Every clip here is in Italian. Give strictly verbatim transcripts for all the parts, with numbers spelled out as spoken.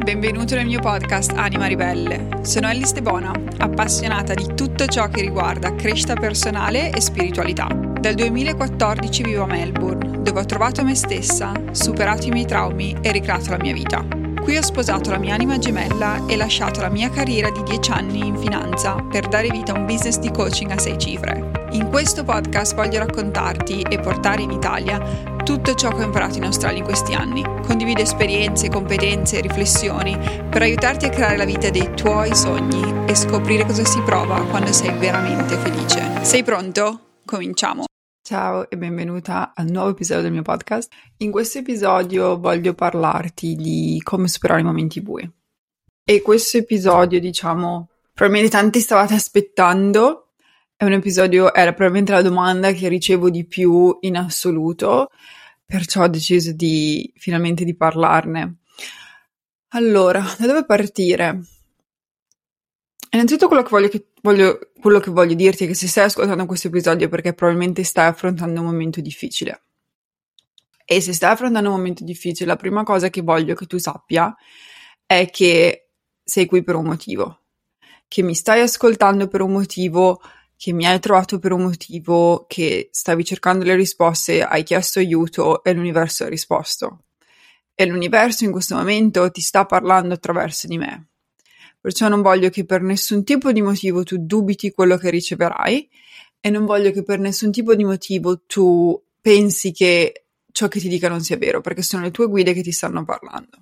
benvenuto nel mio podcast Anima Ribelle. Sono Alice De Bona, appassionata di tutto ciò che riguarda crescita personale e spiritualità. Dal duemilaquattordici vivo a Melbourne, dove ho trovato me stessa, superato i miei traumi e ricreato la mia vita. Qui ho sposato la mia anima gemella e lasciato la mia carriera di dieci anni in finanza per dare vita a un business di coaching a sei cifre. In questo podcast voglio raccontarti e portare in Italia tutto ciò che ho imparato in Australia in questi anni. Condivido esperienze, competenze e riflessioni per aiutarti a creare la vita dei tuoi sogni e scoprire cosa si prova quando sei veramente felice. Sei pronto? Cominciamo! Ciao e benvenuta al nuovo episodio del mio podcast. In questo episodio voglio parlarti di come superare i momenti bui. E questo episodio, diciamo, probabilmente tanti stavate aspettando. È un episodio, era probabilmente la domanda che ricevo di più in assoluto, perciò ho deciso di finalmente di parlarne. Allora, da dove partire? Innanzitutto quello che voglio, che voglio, quello che voglio dirti è che se stai ascoltando questo episodio è perché probabilmente stai affrontando un momento difficile. E se stai affrontando un momento difficile, la prima cosa che voglio che tu sappia è che sei qui per un motivo. Che mi stai ascoltando per un motivo, che mi hai trovato per un motivo, che stavi cercando le risposte, hai chiesto aiuto e l'universo ha risposto. E l'universo in questo momento ti sta parlando attraverso di me. Perciò non voglio che per nessun tipo di motivo tu dubiti quello che riceverai e non voglio che per nessun tipo di motivo tu pensi che ciò che ti dica non sia vero, perché sono le tue guide che ti stanno parlando.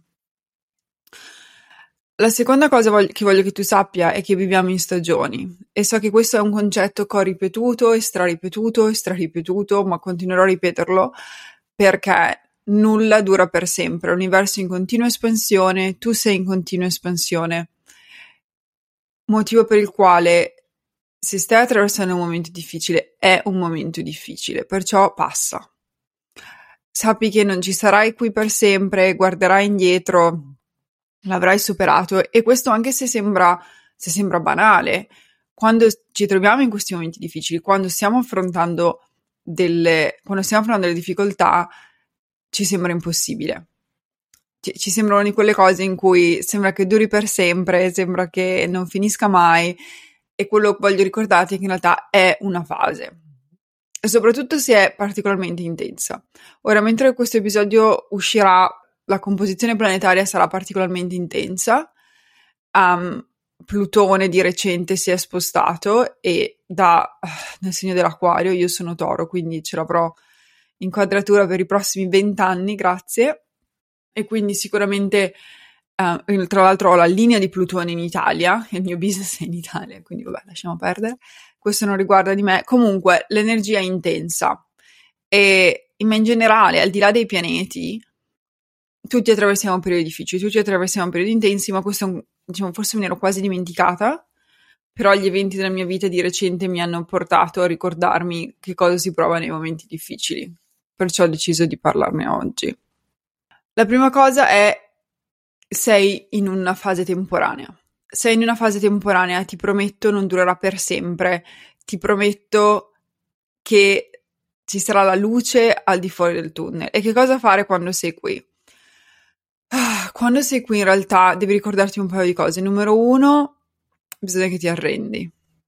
La seconda cosa vog- che voglio che tu sappia è che viviamo in stagioni e so che questo è un concetto che ho ripetuto e straripetuto e straripetuto, ma continuerò a ripeterlo perché nulla dura per sempre, l'universo è in continua espansione, tu sei in continua espansione, motivo per il quale se stai attraversando un momento difficile è un momento difficile, perciò passa. Sappi che non ci sarai qui per sempre, guarderai indietro, l'avrai superato e questo anche se sembra, se sembra banale, quando ci troviamo in questi momenti difficili, quando stiamo affrontando delle, quando stiamo affrontando delle difficoltà, ci sembra impossibile. Ci, ci sembra una di quelle cose in cui sembra che duri per sempre, sembra che non finisca mai e quello che voglio ricordarti è che in realtà è una fase. E soprattutto se è particolarmente intensa. Ora, mentre questo episodio uscirà, la composizione planetaria sarà particolarmente intensa. Um, Plutone di recente si è spostato e da nel segno dell'Acquario, io sono Toro, quindi ce l'avrò in quadratura per i prossimi vent'anni, grazie. E quindi sicuramente, uh, tra l'altro ho la linea di Plutone in Italia, il mio business è in Italia, quindi vabbè, lasciamo perdere. Questo non riguarda di me. Comunque, l'energia è intensa e ma in generale, al di là dei pianeti, tutti attraversiamo periodi difficili, tutti attraversiamo periodi intensi, ma questo è un, diciamo, forse me ne ero quasi dimenticata, però gli eventi della mia vita di recente mi hanno portato a ricordarmi che cosa si prova nei momenti difficili, perciò ho deciso di parlarne oggi. La prima cosa è: sei in una fase temporanea. Sei in una fase temporanea, ti prometto, non durerà per sempre, ti prometto che ci sarà la luce al di fuori del tunnel. E che cosa fare quando sei qui? Quando sei qui in realtà devi ricordarti un paio di cose. Numero uno, bisogna che ti arrendi.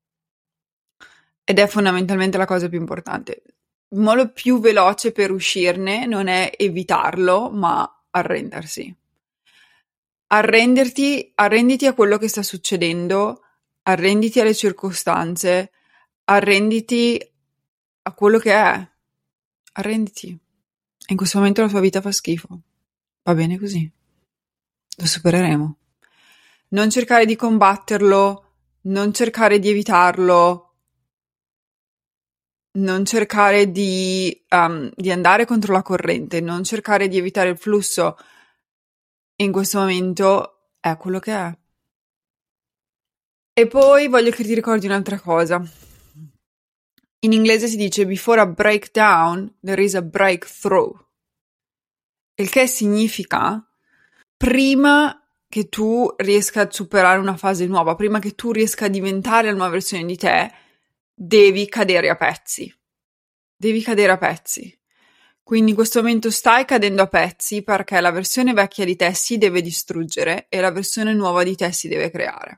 Ed è fondamentalmente la cosa più importante. Il modo più veloce per uscirne non è evitarlo, ma arrendersi. Arrenderti, arrenditi a quello che sta succedendo, arrenditi alle circostanze, arrenditi a quello che è. Arrenditi. In questo momento la tua vita fa schifo. Va bene così. Lo supereremo. Non cercare di combatterlo, non cercare di evitarlo, non cercare di, um, di andare contro la corrente, non cercare di evitare il flusso. In questo momento è quello che è. E poi voglio che ti ricordi un'altra cosa. In inglese si dice before a breakdown there is a breakthrough. Il che significa prima che tu riesca a superare una fase nuova, prima che tu riesca a diventare la nuova versione di te, devi cadere a pezzi. Devi cadere a pezzi. Quindi in questo momento stai cadendo a pezzi perché la versione vecchia di te si deve distruggere e la versione nuova di te si deve creare.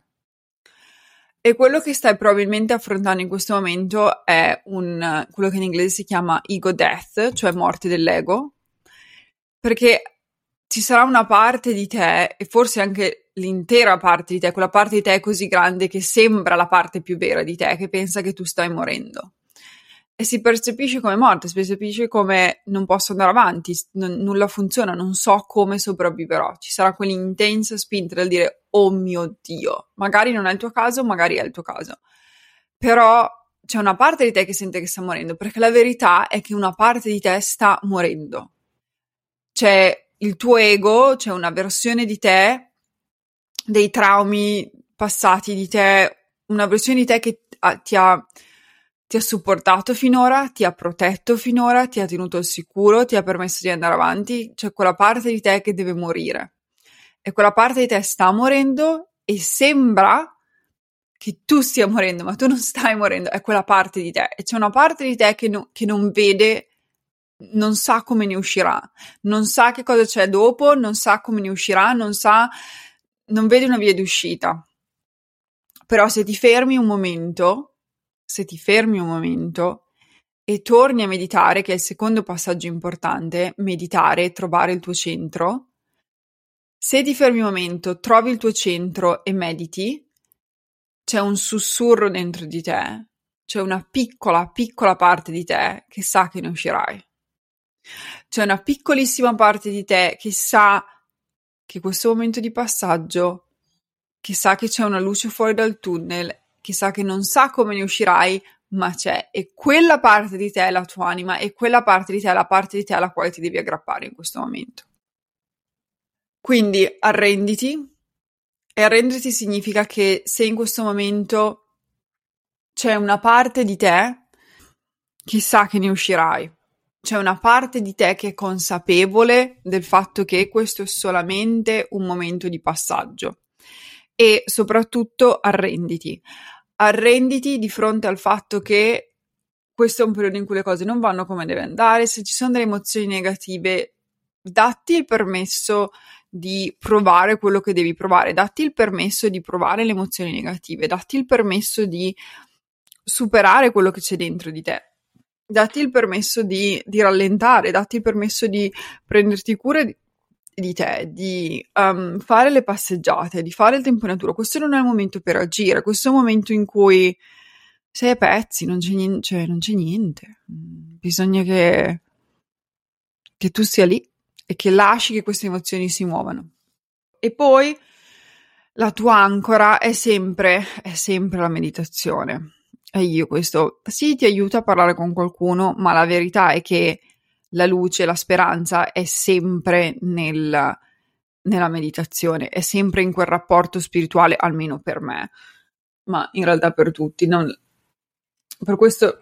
E quello che stai probabilmente affrontando in questo momento è un, quello che in inglese si chiama ego death, cioè morte dell'ego, perché ci sarà una parte di te, e forse anche l'intera parte di te, quella parte di te così grande che sembra la parte più vera di te, che pensa che tu stai morendo. E si percepisce come morte, si percepisce come non posso andare avanti, n- nulla funziona, non so come sopravviverò. Ci sarà quell'intensa spinta del dire, oh mio Dio, magari non è il tuo caso, magari è il tuo caso. Però c'è una parte di te che sente che sta morendo, perché la verità è che una parte di te sta morendo. C'è il tuo ego, c'è una versione di te, dei traumi passati di te, una versione di te che ah, ti ha... ti ha supportato finora, ti ha protetto finora, ti ha tenuto al sicuro, ti ha permesso di andare avanti. C'è quella parte di te che deve morire. E quella parte di te sta morendo e sembra che tu stia morendo, ma tu non stai morendo, è quella parte di te. E c'è una parte di te che, no, che non vede, non sa come ne uscirà, non sa che cosa c'è dopo, non sa come ne uscirà, non sa, non vede una via d'uscita. Però se ti fermi un momento... se ti fermi un momento e torni a meditare, che è il secondo passaggio importante, meditare, trovare il tuo centro, se ti fermi un momento, trovi il tuo centro e mediti, c'è un sussurro dentro di te, c'è una piccola, piccola parte di te che sa che ne uscirai. C'è una piccolissima parte di te che sa che questo momento di passaggio, che sa che c'è una luce fuori dal tunnel, che sa che non sa come ne uscirai, ma c'è. E quella parte di te è la tua anima e quella parte di te è la parte di te alla quale ti devi aggrappare in questo momento. Quindi arrenditi. E arrenderti significa che se in questo momento c'è una parte di te che sa che ne uscirai, c'è una parte di te che è consapevole del fatto che questo è solamente un momento di passaggio. E soprattutto arrenditi. Arrenditi di fronte al fatto che questo è un periodo in cui le cose non vanno come deve andare. Se ci sono delle emozioni negative, datti il permesso di provare quello che devi provare, datti il permesso di provare le emozioni negative, datti il permesso di superare quello che c'è dentro di te, datti il permesso di, di rallentare, datti il permesso di prenderti cura di, di te, di um, fare le passeggiate, di fare il tempo in natura. Questo non è il momento per agire, questo è un momento in cui sei a pezzi, non c'è niente, cioè non c'è niente. Bisogna che, che tu sia lì e che lasci che queste emozioni si muovano. E poi la tua ancora è sempre, è sempre la meditazione. E io questo, sì, ti aiuta a parlare con qualcuno, ma la verità è che la luce, la speranza è sempre nel, nella meditazione, è sempre in quel rapporto spirituale, almeno per me, ma in realtà per tutti. Non, per questo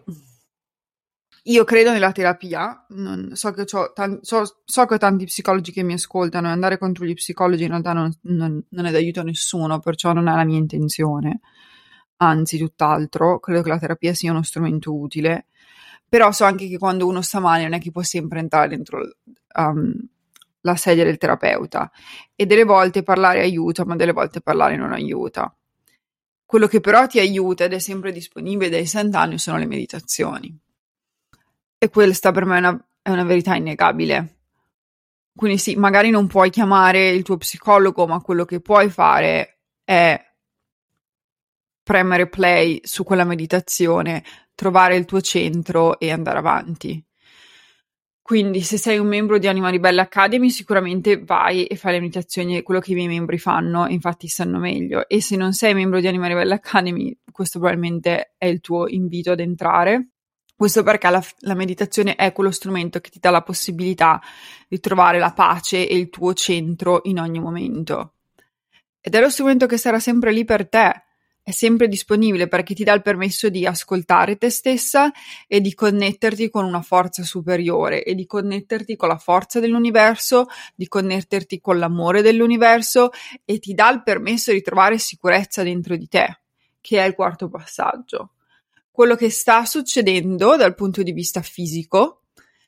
io credo nella terapia, non, so, che c'ho tan- so, so che ho tanti psicologi che mi ascoltano e andare contro gli psicologi in realtà non, non, non è d'aiuto a nessuno, perciò non è la mia intenzione, anzi tutt'altro, credo che la terapia sia uno strumento utile, però so anche che quando uno sta male non è che può sempre entrare dentro um, la sedia del terapeuta e delle volte parlare aiuta, ma delle volte parlare non aiuta. Quello che però ti aiuta ed è sempre disponibile ed è istantaneo sono le meditazioni. E questa per me è una, è una verità innegabile. Quindi sì, magari non puoi chiamare il tuo psicologo, ma quello che puoi fare è premere play su quella meditazione, trovare il tuo centro e andare avanti. Quindi se sei un membro di Anima Ribelle Academy sicuramente vai e fai le meditazioni, quello che i miei membri fanno, infatti sanno meglio. E se non sei membro di Anima Ribelle Academy, questo probabilmente è il tuo invito ad entrare. Questo perché la, la meditazione è quello strumento che ti dà la possibilità di trovare la pace e il tuo centro in ogni momento. Ed è lo strumento che sarà sempre lì per te, è sempre disponibile perché ti dà il permesso di ascoltare te stessa e di connetterti con una forza superiore e di connetterti con la forza dell'universo, di connetterti con l'amore dell'universo e ti dà il permesso di trovare sicurezza dentro di te, che è il quarto passaggio. Quello che sta succedendo dal punto di vista fisico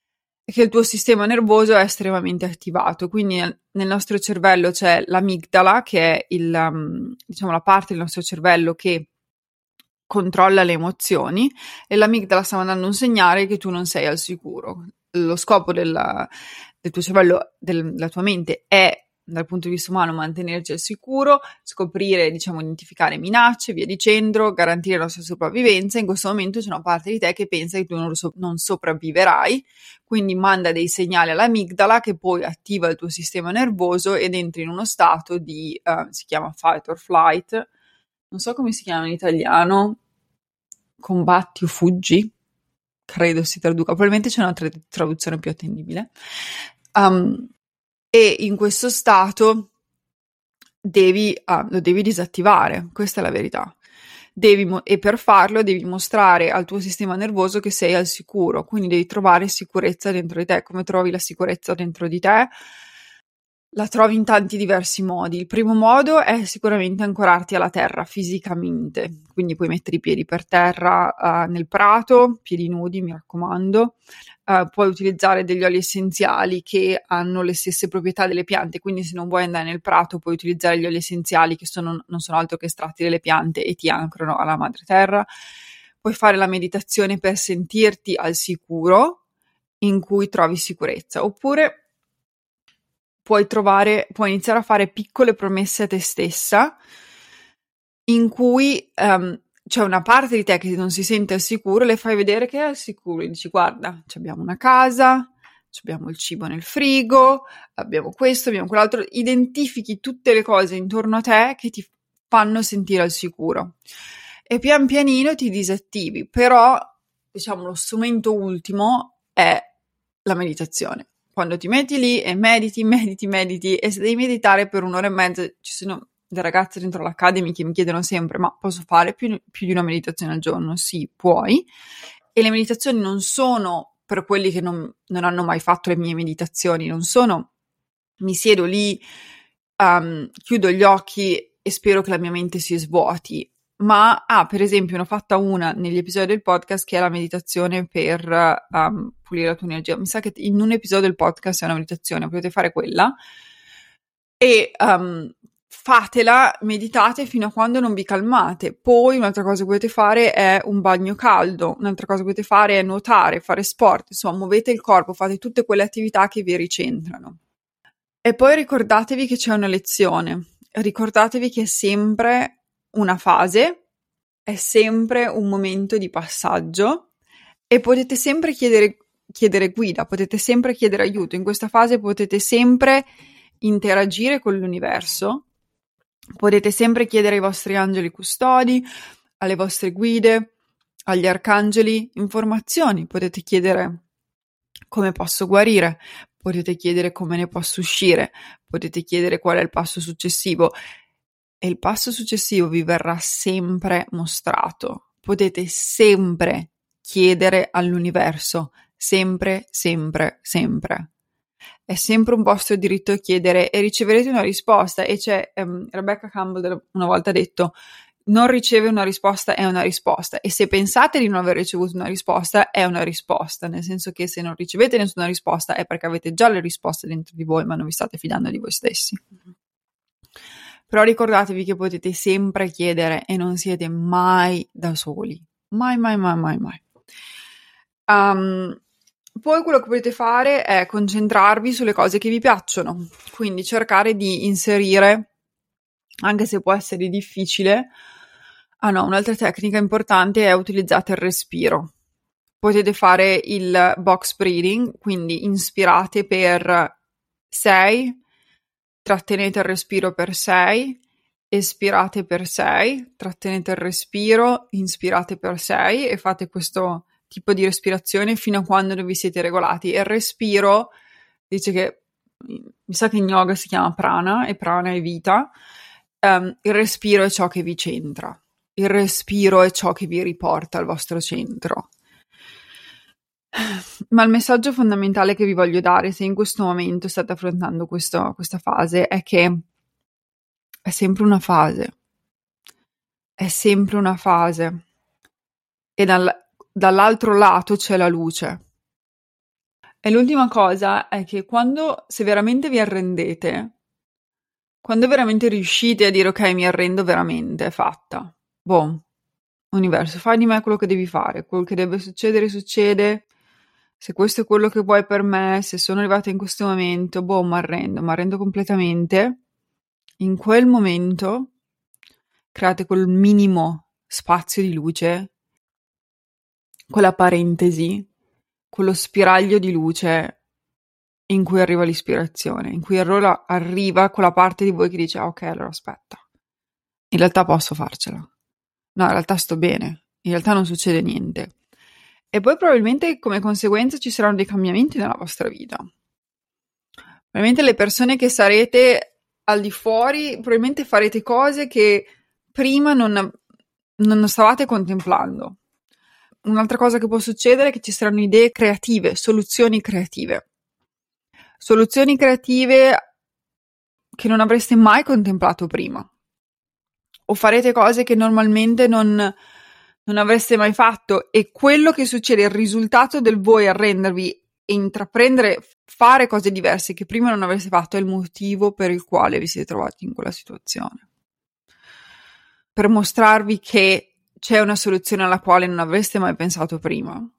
che il tuo sistema nervoso è estremamente attivato. Quindi nel, nel nostro cervello c'è l'amigdala, che è il, um, diciamo, la parte del nostro cervello che controlla le emozioni, e l'amigdala sta mandando un segnale che tu non sei al sicuro. Lo scopo della, del tuo cervello, del, della tua mente, è, dal punto di vista umano, mantenerci al sicuro, scoprire, diciamo, identificare minacce, via dicendo, garantire la nostra sopravvivenza. In questo momento c'è una parte di te che pensa che tu non, so- non sopravviverai, quindi manda dei segnali all'amigdala, che poi attiva il tuo sistema nervoso ed entri in uno stato di, uh, si chiama fight or flight, non so come si chiama in italiano, combatti o fuggi, credo si traduca, probabilmente c'è una tra- traduzione più attendibile. Um, e in questo stato devi, ah, lo devi disattivare, questa è la verità. Devi mo- e per farlo devi mostrare al tuo sistema nervoso che sei al sicuro, quindi devi trovare sicurezza dentro di te. Come trovi la sicurezza dentro di te? La trovi in tanti diversi modi. Il primo modo è sicuramente ancorarti alla terra fisicamente, quindi puoi mettere i piedi per terra uh, nel prato, piedi nudi, mi raccomando. Uh, puoi utilizzare degli oli essenziali che hanno le stesse proprietà delle piante, quindi se non vuoi andare nel prato puoi utilizzare gli oli essenziali, che sono, non sono altro che estratti delle piante e ti ancorano alla madre terra. Puoi fare la meditazione per sentirti al sicuro, in cui trovi sicurezza, oppure puoi trovare, puoi iniziare a fare piccole promesse a te stessa, in cui um, c'è una parte di te che non si sente al sicuro, le fai vedere che è al sicuro, e dici: guarda, abbiamo una casa, abbiamo il cibo nel frigo, abbiamo questo, abbiamo quell'altro. Identifichi tutte le cose intorno a te che ti fanno sentire al sicuro e pian pianino ti disattivi. Però, diciamo, lo strumento ultimo è la meditazione. Quando ti metti lì e mediti, mediti, mediti, e se devi meditare per un'ora e mezza, ci sono le ragazze dentro l'Academy che mi chiedono sempre: ma posso fare più, più di una meditazione al giorno? Sì, puoi. E le meditazioni non sono per quelli che non, non hanno mai fatto le mie meditazioni, non sono mi siedo lì, um, chiudo gli occhi e spero che la mia mente si svuoti. Ma, ah, per esempio, ne ho fatta una negli episodi del podcast che è la meditazione per um, pulire la tua energia. Mi sa che in un episodio del podcast è una meditazione, potete fare quella. E um, fatela, meditate fino a quando non vi calmate. Poi un'altra cosa che potete fare è un bagno caldo, un'altra cosa che potete fare è nuotare, fare sport, insomma, muovete il corpo, fate tutte quelle attività che vi ricentrano. E poi ricordatevi che c'è una lezione, ricordatevi che è sempre una fase, è sempre un momento di passaggio e potete sempre chiedere, chiedere guida, potete sempre chiedere aiuto. In questa fase potete sempre interagire con l'universo, potete sempre chiedere ai vostri angeli custodi, alle vostre guide, agli arcangeli informazioni, potete chiedere come posso guarire, potete chiedere come ne posso uscire, potete chiedere qual è il passo successivo. E il passo successivo vi verrà sempre mostrato. Potete sempre chiedere all'universo, sempre, sempre, sempre. È sempre un vostro diritto a chiedere e riceverete una risposta. E c'è um, Rebecca Campbell una volta detto: non riceve una risposta è una risposta, e se pensate di non aver ricevuto una risposta è una risposta, nel senso che se non ricevete nessuna risposta è perché avete già le risposte dentro di voi ma non vi state fidando di voi stessi. Però ricordatevi che potete sempre chiedere e non siete mai da soli. Mai, mai, mai, mai, mai. Um, poi quello che potete fare è concentrarvi sulle cose che vi piacciono. Quindi cercare di inserire, anche se può essere difficile, ah no, un'altra tecnica importante è utilizzare il respiro. Potete fare il box breathing, quindi inspirate per sei, trattenete il respiro per sei, espirate per sei, trattenete il respiro, inspirate per sei e fate questo tipo di respirazione fino a quando non vi siete regolati. E il respiro, dice che, mi sa che in yoga si chiama prana, e prana è vita. Um, il respiro è ciò che vi centra, il respiro è ciò che vi riporta al vostro centro. Ma il messaggio fondamentale che vi voglio dare, se in questo momento state affrontando questo, questa fase, è che è sempre una fase, è sempre una fase, e dal, dall'altro lato c'è la luce. E l'ultima cosa è che quando, se veramente vi arrendete, quando veramente riuscite a dire ok, mi arrendo veramente, è fatta. Boh, universo, fai di me quello che devi fare, quello che deve succedere succede, se questo è quello che vuoi per me, se sono arrivata in questo momento, boh, mi arrendo, mi arrendo completamente. In quel momento create quel minimo spazio di luce, quella parentesi, quello spiraglio di luce in cui arriva l'ispirazione, in cui allora arriva quella parte di voi che dice ah, ok, allora aspetta, in realtà posso farcela, no, in realtà sto bene, in realtà non succede niente. E poi probabilmente come conseguenza ci saranno dei cambiamenti nella vostra vita. Probabilmente le persone che sarete al di fuori, probabilmente farete cose che prima non, non stavate contemplando. Un'altra cosa che può succedere è che ci saranno idee creative, soluzioni creative. Soluzioni creative che non avreste mai contemplato prima. O farete cose che normalmente non, non avreste mai fatto, e quello che succede, il risultato del voi arrendervi e intraprendere, fare cose diverse che prima non avreste fatto, è il motivo per il quale vi siete trovati in quella situazione. Per mostrarvi che c'è una soluzione alla quale non avreste mai pensato prima.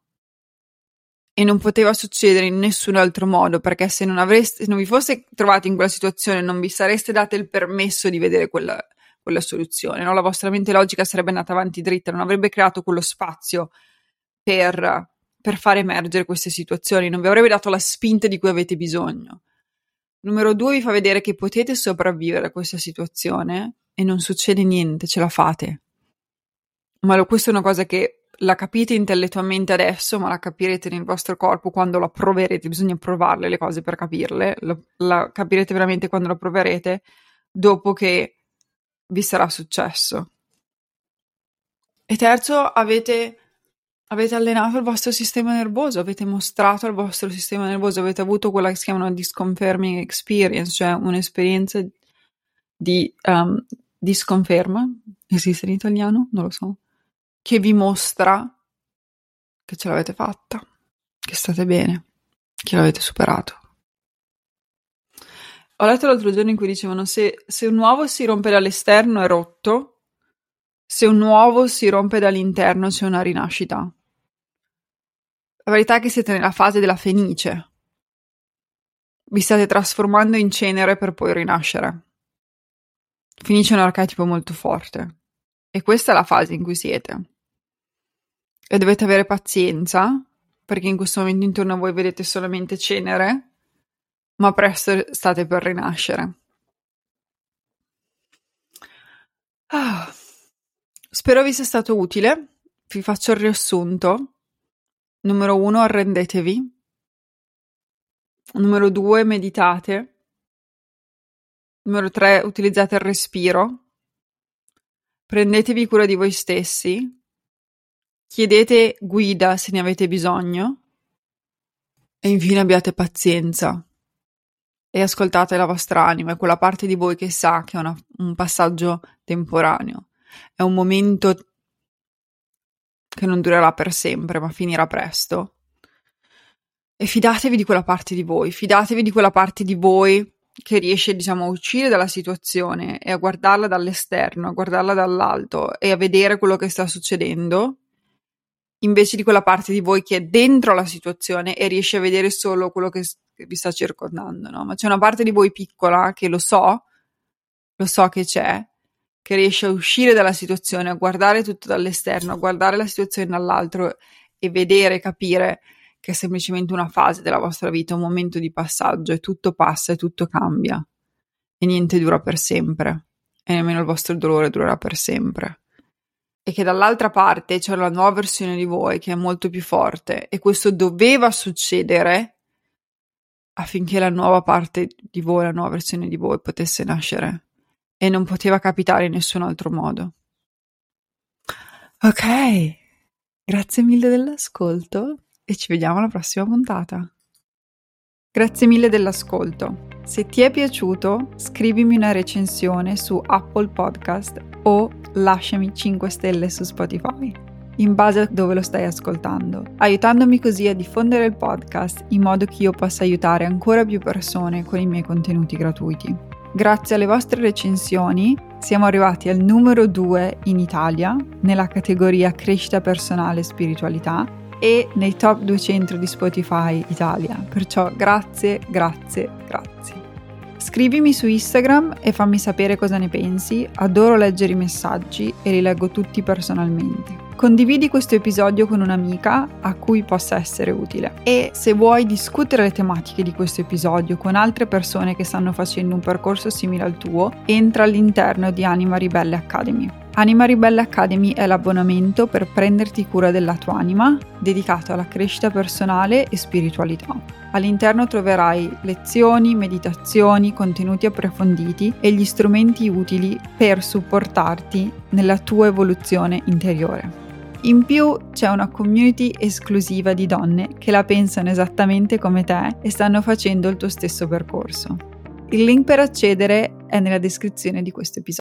E non poteva succedere in nessun altro modo, perché se non avreste, se non vi foste trovati in quella situazione, non vi sareste date il permesso di vedere quella, quella soluzione, no? La vostra mente logica sarebbe andata avanti dritta, non avrebbe creato quello spazio per, per fare emergere queste situazioni, non vi avrebbe dato la spinta di cui avete bisogno. Numero due, vi fa vedere che potete sopravvivere a questa situazione e non succede niente, ce la fate. Ma lo, questa è una cosa che la capite intellettualmente adesso, ma la capirete nel vostro corpo quando la proverete. Bisogna provarle le cose per capirle. La, la capirete veramente quando la proverete, dopo che vi sarà successo. E terzo, avete, avete allenato il vostro sistema nervoso, avete mostrato al vostro sistema nervoso, avete avuto quella che si chiama una disconfirming experience, cioè un'esperienza di um, disconferma. Esiste in italiano? Non lo so. Che vi mostra che ce l'avete fatta, che state bene, che l'avete superato. Ho letto l'altro giorno in cui dicevano se, se un uovo si rompe dall'esterno è rotto, se un uovo si rompe dall'interno c'è una rinascita. La verità è che siete nella fase della fenice. Vi state trasformando in cenere per poi rinascere. Fenice è un archetipo molto forte. E questa è la fase in cui siete. E dovete avere pazienza, perché in questo momento intorno a voi vedete solamente cenere, ma presto state per rinascere. Ah, spero vi sia stato utile. Vi faccio il riassunto. Numero uno, arrendetevi. Numero due, meditate. Numero tre, utilizzate il respiro. Prendetevi cura di voi stessi. Chiedete guida se ne avete bisogno. E infine abbiate pazienza. E ascoltate la vostra anima, è quella parte di voi che sa che è una, un passaggio temporaneo. È un momento che non durerà per sempre, ma finirà presto. E fidatevi di quella parte di voi, fidatevi di quella parte di voi che riesce, diciamo, a uscire dalla situazione e a guardarla dall'esterno, a guardarla dall'alto e a vedere quello che sta succedendo, invece di quella parte di voi che è dentro la situazione e riesce a vedere solo quello che, che vi sta circondando, no? Ma c'è una parte di voi piccola che lo so, lo so che c'è, che riesce a uscire dalla situazione, a guardare tutto dall'esterno, a guardare la situazione dall'altro e vedere, capire che è semplicemente una fase della vostra vita, un momento di passaggio, e tutto passa e tutto cambia e niente dura per sempre e nemmeno il vostro dolore durerà per sempre, e che dall'altra parte c'è la nuova versione di voi che è molto più forte, e questo doveva succedere affinché la nuova parte di voi, la nuova versione di voi potesse nascere, e non poteva capitare in nessun altro modo. Ok, grazie mille dell'ascolto e ci vediamo alla prossima puntata. Grazie mille dell'ascolto. Se ti è piaciuto, scrivimi una recensione su Apple Podcast o lasciami cinque stelle su Spotify. in base a dove lo stai ascoltando, aiutandomi così a diffondere il podcast in modo che io possa aiutare ancora più persone con i miei contenuti gratuiti. Grazie alle vostre recensioni siamo arrivati al numero due in Italia nella categoria crescita personale e spiritualità e nei top duecento di Spotify Italia, perciò grazie, grazie, grazie. Scrivimi su Instagram e fammi sapere cosa ne pensi, adoro leggere i messaggi e li leggo tutti personalmente. Condividi questo episodio con un'amica a cui possa essere utile e se vuoi discutere le tematiche di questo episodio con altre persone che stanno facendo un percorso simile al tuo, entra all'interno di Anima Ribelle Academy. Anima Ribelle Academy è l'abbonamento per prenderti cura della tua anima, dedicato alla crescita personale e spiritualità. All'interno troverai lezioni, meditazioni, contenuti approfonditi e gli strumenti utili per supportarti nella tua evoluzione interiore. In più c'è una community esclusiva di donne che la pensano esattamente come te e stanno facendo il tuo stesso percorso. Il link per accedere è nella descrizione di questo episodio.